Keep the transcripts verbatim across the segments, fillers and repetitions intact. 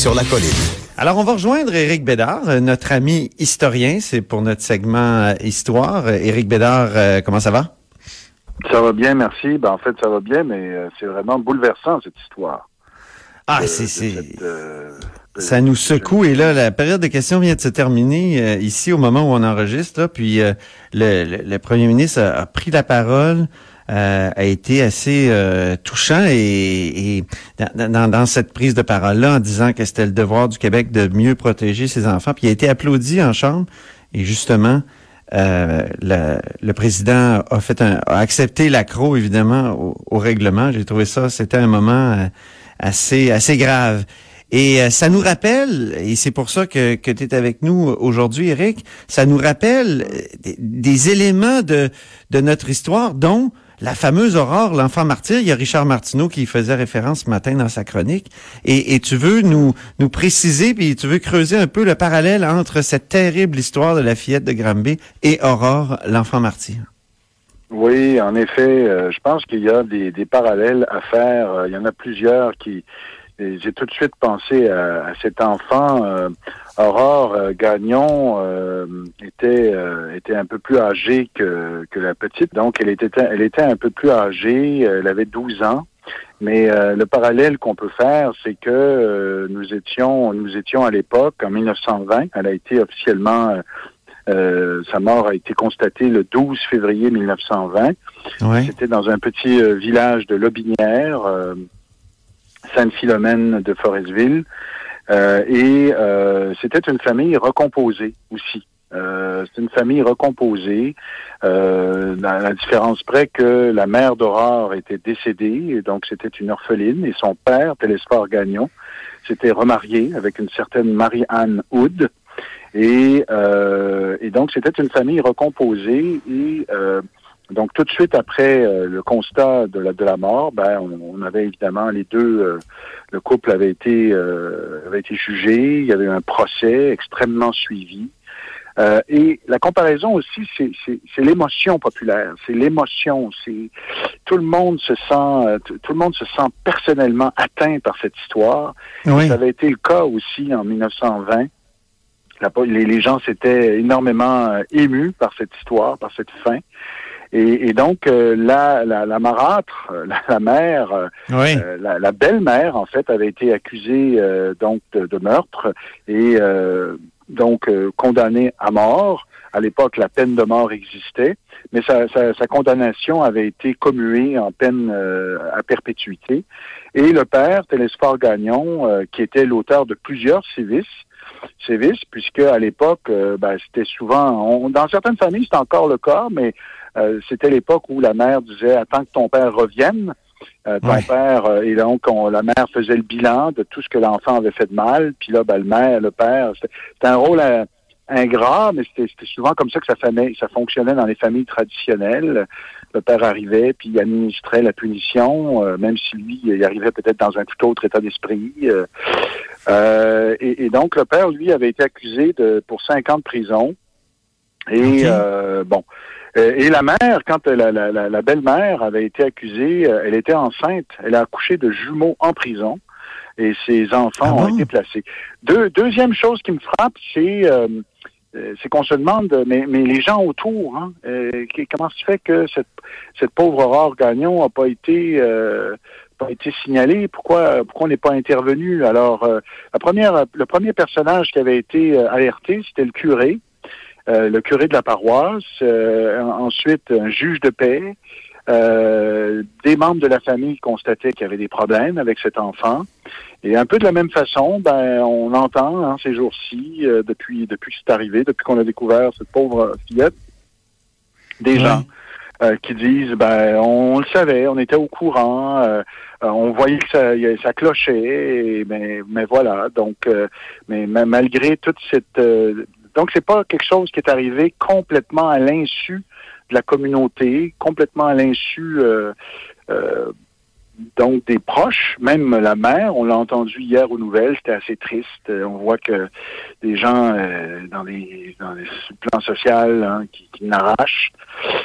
sur la colline. Alors, on va rejoindre Éric Bédard, notre ami historien. C'est pour notre segment euh, Histoire. Éric Bédard, euh, comment ça va? Ça va bien, merci. Ben, en fait, ça va bien, mais euh, c'est vraiment bouleversant, cette histoire. Ah, de, c'est... de c'est... cette, euh, ça nous secoue. Et là, la période de questions vient de se terminer euh, ici, au moment où on enregistre. Là, puis, euh, le, le, le premier ministre a, a pris la parole. Euh, a été assez euh, touchant et, et dans, dans, dans cette prise de parole-là en disant que c'était le devoir du Québec de mieux protéger ses enfants. Puis il a été applaudi en Chambre et justement, euh, le, le président a fait un, a accepté l'accroc évidemment au, au règlement. J'ai trouvé ça, c'était un moment euh, assez assez grave. Et euh, ça nous rappelle, et c'est pour ça que, que tu es avec nous aujourd'hui, Éric, ça nous rappelle des, des éléments de, de notre histoire, dont la fameuse Aurore, l'enfant martyr. Il y a Richard Martineau qui y faisait référence ce matin dans sa chronique. Et, et tu veux nous, nous préciser, puis tu veux creuser un peu le parallèle entre cette terrible histoire de la fillette de Granby et Aurore, l'enfant martyr. Oui, en effet, euh, je pense qu'il y a des, des parallèles à faire. Euh, il y en a plusieurs qui... J'ai tout de suite pensé à, à cet enfant. Euh, Aurore euh, Gagnon euh, était euh, était un peu plus âgée que que la petite, donc elle était elle était un peu plus âgée. Elle avait douze ans. Mais euh, le parallèle qu'on peut faire, c'est que euh, nous étions nous étions à l'époque en mille neuf cent vingt. Elle a été officiellement euh, sa mort a été constatée le douze février mille neuf cent vingt. Ouais. C'était dans un petit euh, village de Lobinière. Euh, Sainte-Philomène de Forestville. Euh, et euh, c'était une famille recomposée aussi. Euh, c'est une famille recomposée, euh, à la différence près que la mère d'Aurore était décédée, et donc c'était une orpheline, et son père, Télésphore Gagnon, s'était remarié avec une certaine Marie-Anne Hood. Et, euh, et donc c'était une famille recomposée, et euh, donc tout de suite après euh, le constat de la de la mort, ben on, on avait évidemment les deux, euh, le couple avait été euh, avait été jugé, il y avait eu un procès extrêmement suivi. Euh, et la comparaison aussi, c'est, c'est, c'est l'émotion populaire, c'est l'émotion, c'est tout le monde se sent tout, tout le monde se sent personnellement atteint par cette histoire. Oui. Ça avait été le cas aussi en mille neuf cent vingt. La, les, les gens s'étaient énormément euh, émus par cette histoire, par cette fin. Et, et donc, euh, la, la, la marâtre, la, la mère, euh, Oui. euh, la, la belle-mère, en fait, avait été accusée euh, donc de, de meurtre et euh, donc euh, condamnée à mort. À l'époque, la peine de mort existait, mais sa, sa, sa condamnation avait été commuée en peine euh, à perpétuité. Et le père, Télésphore Gagnon, euh, qui était l'auteur de plusieurs sévices, sévices, puisque à l'époque, euh, ben, c'était souvent, on, dans certaines familles, c'est encore le cas, mais Euh, c'était l'époque où la mère disait « Attends que ton père revienne euh, ». Ton ouais. père, euh, et donc on, la mère faisait le bilan de tout ce que l'enfant avait fait de mal. Puis là, ben, le, mère, le père, c'était, c'était un rôle euh, ingrat, mais c'était, c'était souvent comme ça que ça, famille, ça fonctionnait dans les familles traditionnelles. Le père arrivait, puis il administrait la punition, euh, même si lui, il arrivait peut-être dans un tout autre état d'esprit. Euh, euh, et, et donc, le père, lui, avait été accusé de pour cinq ans de prison. Et okay. euh, bon... Et la mère, quand la, la, la, la belle-mère avait été accusée, elle était enceinte. Elle a accouché de jumeaux en prison et ses enfants ah bon? ont été placés. Deux, deuxième chose qui me frappe, c'est, euh, c'est qu'on se demande, mais, mais les gens autour, hein, euh, comment se fait que cette, cette pauvre Aurore Gagnon n'a pas été... Euh, pas été signalée, pourquoi pourquoi on n'est pas intervenu? Alors, euh, la première, le premier personnage qui avait été euh, alerté, c'était le curé. Euh, le curé de la paroisse, euh, ensuite un juge de paix, euh, des membres de la famille constataient qu'il y avait des problèmes avec cet enfant. Et un peu de la même façon, ben on entend hein, ces jours-ci, euh, depuis depuis que c'est arrivé, depuis qu'on a découvert cette pauvre fillette, des oui. gens euh, qui disent ben on le savait, on était au courant, euh, on voyait que ça, ça clochait, et, mais mais voilà. Donc, euh, mais malgré toute cette euh, Donc, c'est pas quelque chose qui est arrivé complètement à l'insu de la communauté, complètement à l'insu euh, euh, donc des proches, même la mère, on l'a entendu hier aux nouvelles, c'était assez triste. Euh, on voit que des gens euh, dans les dans les plans social hein, qui, qui n'arrachent.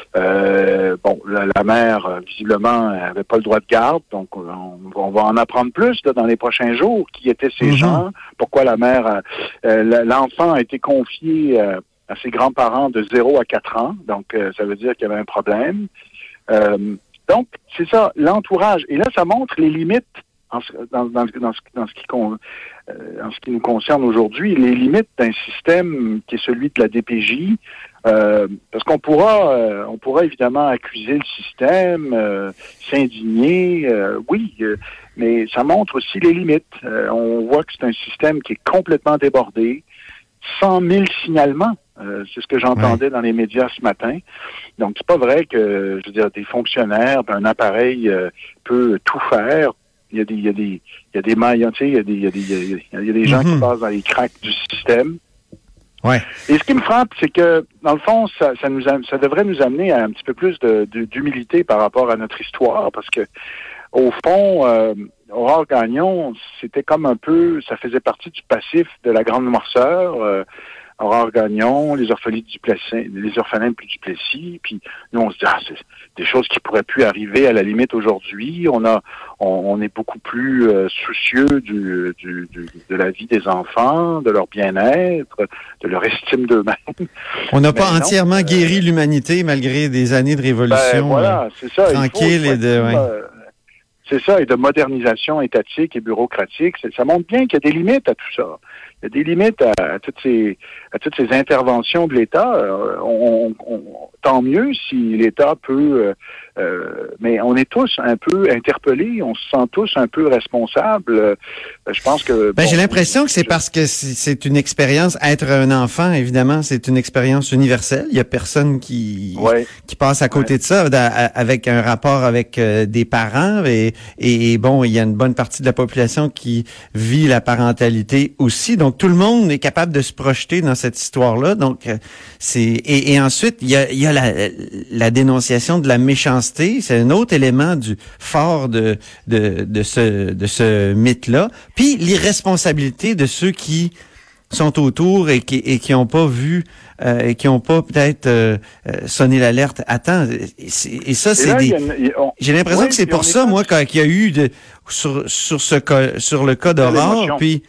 Euh, bon, la, la mère, visiblement, avait pas le droit de garde, donc on, on va en apprendre plus là, dans les prochains jours. Qui étaient ces mm-hmm. gens? Pourquoi la mère, euh, l'enfant a été confié euh, à ses grands-parents de zéro à quatre ans, donc euh, ça veut dire qu'il y avait un problème. Euh, donc, c'est ça, l'entourage. Et là, ça montre les limites en ce, dans, dans, dans, ce, dans, ce qui, euh, en ce qui nous concerne aujourd'hui, les limites d'un système qui est celui de la D P J. Euh, parce qu'on pourra, euh, on pourra évidemment accuser le système, euh, s'indigner, euh, oui, euh, mais ça montre aussi les limites. Euh, on voit que c'est un système qui est complètement débordé, cent mille signalements. Euh, c'est ce que j'entendais ouais. dans les médias ce matin. Donc, c'est pas vrai que, je veux dire, des fonctionnaires d'un appareil euh, peut tout faire. Il y a des, il y a des, il y a des maillons, tu sais, il y a des, il y a des, il y a des gens mm-hmm. qui passent dans les cracks du système. Ouais. Et ce qui me frappe, c'est que, dans le fond, ça, ça nous, a, ça devrait nous amener à un petit peu plus de, de, d'humilité par rapport à notre histoire, parce que, au fond, euh, Aurore Gagnon, c'était comme un peu, ça faisait partie du passif de la Grande Noirceur. Euh, Aurore Gagnon, les orphelins du Duplessis, les orphelins du Duplessis, puis nous on se dit ah c'est des choses qui pourraient plus arriver à la limite aujourd'hui. On a, on, on est beaucoup plus euh, soucieux du, du, du de la vie des enfants, de leur bien-être, de leur estime d'eux-mêmes. On n'a pas non, entièrement euh, guéri l'humanité malgré des années de révolution. Ben, voilà, c'est ça. Tranquille il faut, et de. Ouais. Euh, c'est ça, et de modernisation étatique et bureaucratique. Ça montre bien qu'il y a des limites à tout ça. Il y a des limites à, à toutes ces à toutes ces interventions de l'État. Euh, on, on, tant mieux si l'État peut, euh, euh, mais on est tous un peu interpellés, on se sent tous un peu responsables. Euh, je pense que... Ben, bon, j'ai l'impression que c'est je... parce que c'est une expérience, être un enfant, évidemment, c'est une expérience universelle. Il y a personne qui ouais. qui passe à côté ouais. de ça, avec un rapport avec euh, des parents. Et, et, et bon, il y a une bonne partie de la population qui vit la parentalité aussi. Donc, tout le monde est capable de se projeter dans cette histoire-là. Donc, euh, c'est et, et ensuite, il y a, il y a la, la dénonciation de la méchanceté. C'est un autre élément du fort de de, de ce de ce mythe-là. Puis l'irresponsabilité de ceux qui sont autour et qui et qui ont pas vu euh, et qui ont pas peut-être euh, sonné l'alerte à temps. Et, et ça, c'est des. On... J'ai l'impression oui, que c'est pour ça, pas... moi, qu'il y a eu de sur sur ce cas, sur le cas d'Aurore, puis.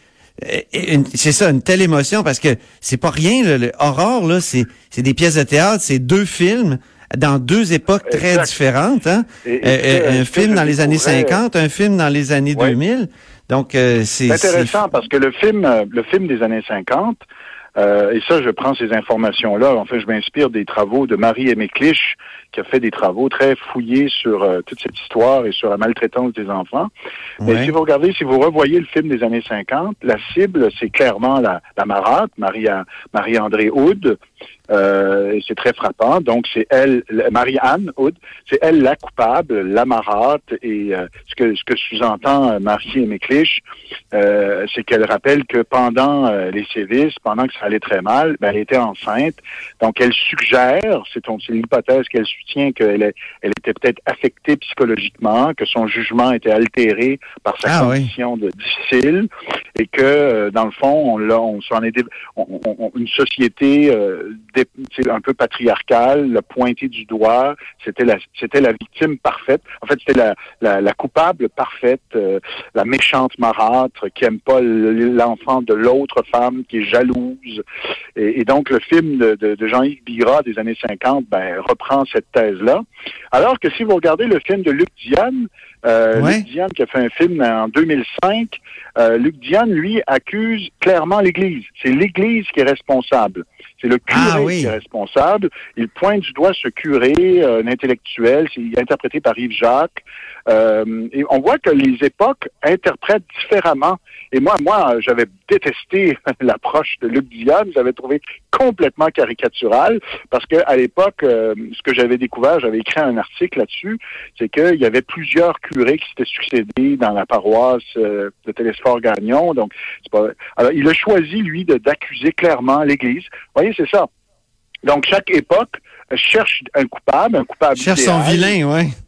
C'est ça, une telle émotion, parce que c'est pas rien, là, le Aurore, là, c'est, c'est des pièces de théâtre, c'est deux films dans deux époques très exact. différentes, hein. Et, et euh, un film dans les années cinquante, un film dans les années ouais. deux mille. Donc, euh, c'est... C'est intéressant, c'est... parce que le film, le film des années cinquante, euh, et ça, je prends ces informations-là, en fait, je m'inspire des travaux de Marie-Aimée Clich, qui a fait des travaux très fouillés sur euh, toute cette histoire et sur la maltraitance des enfants. Ouais. Mais si vous regardez, si vous revoyez le film des années cinquante, la cible, c'est clairement la, la marâtre, Marie, Marie-André Oud. Euh, et c'est très frappant. Donc, c'est elle, Marie-Anne Oud, c'est elle la coupable, la marâtre. Et euh, ce que ce que sous-entend euh, Marie-Aimée Clich, euh, c'est qu'elle rappelle que pendant euh, les sévices, pendant que ça allait très mal, ben, elle était enceinte. Donc, elle suggère, c'est, c'est l'hypothèse qu'elle soutient qu'elle est, elle était peut-être affectée psychologiquement, que son jugement était altéré par sa ah, condition oui. de difficile, et que euh, dans le fond, on l'a, on s'en est, on, on, une société euh, c'est un peu patriarcal, le pointé du doigt, c'était la c'était la victime parfaite. En fait, c'était la, la, la coupable parfaite, euh, la méchante marâtre qui aime pas l'enfant de l'autre femme, qui est jalouse. Et, et donc, le film de, de, de Jean-Yves Bira des années cinquante ben, reprend cette thèse-là. Alors que si vous regardez le film de Luc Diane, Euh, ouais. Luc Diane, qui a fait un film en deux mille cinq, euh, Luc Diane, lui, accuse clairement l'Église. C'est l'Église qui est responsable. C'est le curé ah, oui. qui est responsable. Il pointe du doigt ce curé, euh, un intellectuel, c'est interprété par Yves Jacques. Euh, et on voit que les époques interprètent différemment. Et moi, moi, j'avais détesté l'approche de Luc Diane. J'avais trouvé complètement caricatural parce que à l'époque, euh, ce que j'avais découvert, j'avais écrit un article là-dessus, c'est qu'il y avait plusieurs curés qui s'étaient succédés dans la paroisse euh, de Télesphore-Gagnon. Donc, c'est pas. Alors, il a choisi lui de, d'accuser clairement l'Église. Vous voyez, c'est ça. Donc, chaque époque cherche un coupable, un coupable. Cherche idéal. son vilain, ouais.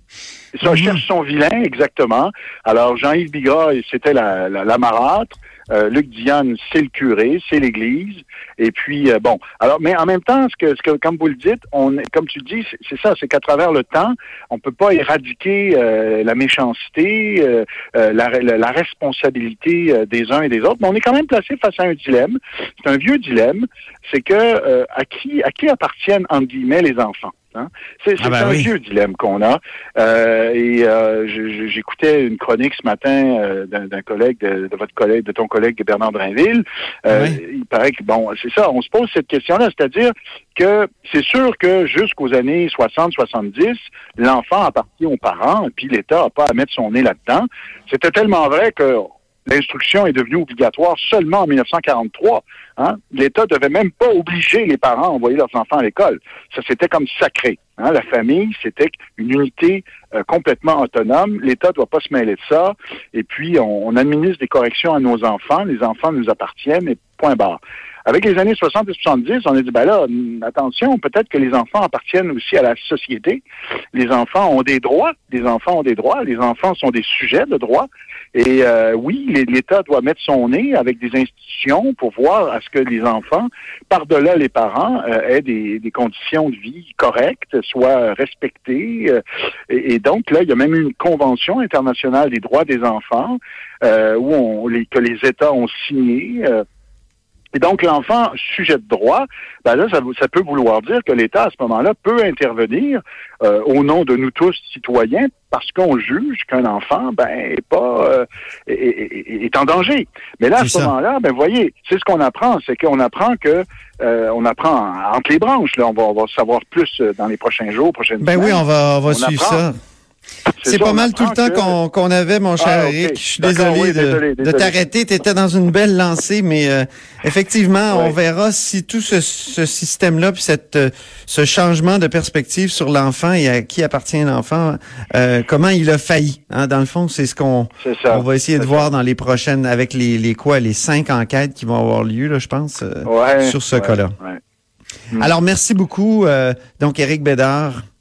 Ça Mm-hmm. cherche son vilain, exactement. Alors, Jean-Yves Bigras, c'était la, la, la marâtre. Euh, Luc Dionne, c'est le curé, c'est l'Église. Et puis, euh, bon. Alors, mais en même temps, ce que, ce que, comme vous le dites, on, comme tu dis, c'est, c'est ça, c'est qu'à travers le temps, on peut pas éradiquer euh, la méchanceté, euh, euh, la, la, la responsabilité euh, des uns et des autres. Mais on est quand même placé face à un dilemme. C'est un vieux dilemme. C'est que euh, à qui, à qui appartiennent entre guillemets les enfants. Hein? C'est, c'est ah ben un oui. vieux dilemme qu'on a. Euh, et euh, je, j'écoutais une chronique ce matin euh, d'un, d'un collègue, de, de votre collègue, de ton collègue Bernard Drainville. Euh, oui. Il paraît que, bon, c'est ça, on se pose cette question-là, c'est-à-dire que c'est sûr que jusqu'aux années soixante soixante-dix, l'enfant appartient aux parents, et puis l'État n'a pas à mettre son nez là-dedans. C'était tellement vrai que l'instruction est devenue obligatoire seulement en dix-neuf cent quarante-trois. Hein? L'État devait même pas obliger les parents à envoyer leurs enfants à l'école. Ça, c'était comme sacré. Hein? La famille, c'était une unité euh, complètement autonome. L'État ne doit pas se mêler de ça. Et puis, on, on administre des corrections à nos enfants. Les enfants nous appartiennent et point barre. Avec les années soixante et soixante-dix, on a dit, ben là, attention, peut-être que les enfants appartiennent aussi à la société. Les enfants ont des droits. Les enfants ont des droits. Les enfants sont des sujets de droit. Et euh, oui, l'État doit mettre son nez avec des institutions pour voir à ce que les enfants, par-delà les parents, euh, aient des, des conditions de vie correctes, soient respectées. Euh, et, et donc, là, il y a même eu une convention internationale des droits des enfants euh, où on, les, que les États ont signé. Euh, Et donc, l'enfant sujet de droit, ben là, ça, ça peut vouloir dire que l'État, à ce moment-là, peut intervenir euh, au nom de nous tous, citoyens, parce qu'on juge qu'un enfant, ben, est pas euh, est, est, est en danger. Mais là, à ce moment-là, ben, voyez, c'est ce qu'on apprend, c'est qu'on apprend que euh, on apprend entre les branches. Là, on va, on va savoir plus dans les prochains jours, prochaines ben semaines. Ben oui, on va, on va on suivre apprend. ça. C'est, c'est ça, pas mal tout le temps que... qu'on, qu'on avait, mon cher ah, okay. Eric. Je suis désolé, oui, de, désolé, désolé de t'arrêter. Tu étais dans une belle lancée, mais euh, effectivement, ouais. on verra si tout ce, ce système-là, puis cette, ce changement de perspective sur l'enfant et à qui appartient l'enfant, euh, comment il a failli. Hein, dans le fond, c'est ce qu'on on va essayer c'est de ça. voir dans les prochaines, avec les, les quoi, les cinq enquêtes qui vont avoir lieu, là, je pense, euh, ouais, sur ce ouais, cas-là. Ouais. Alors, merci beaucoup. Euh, donc, Éric Bédard.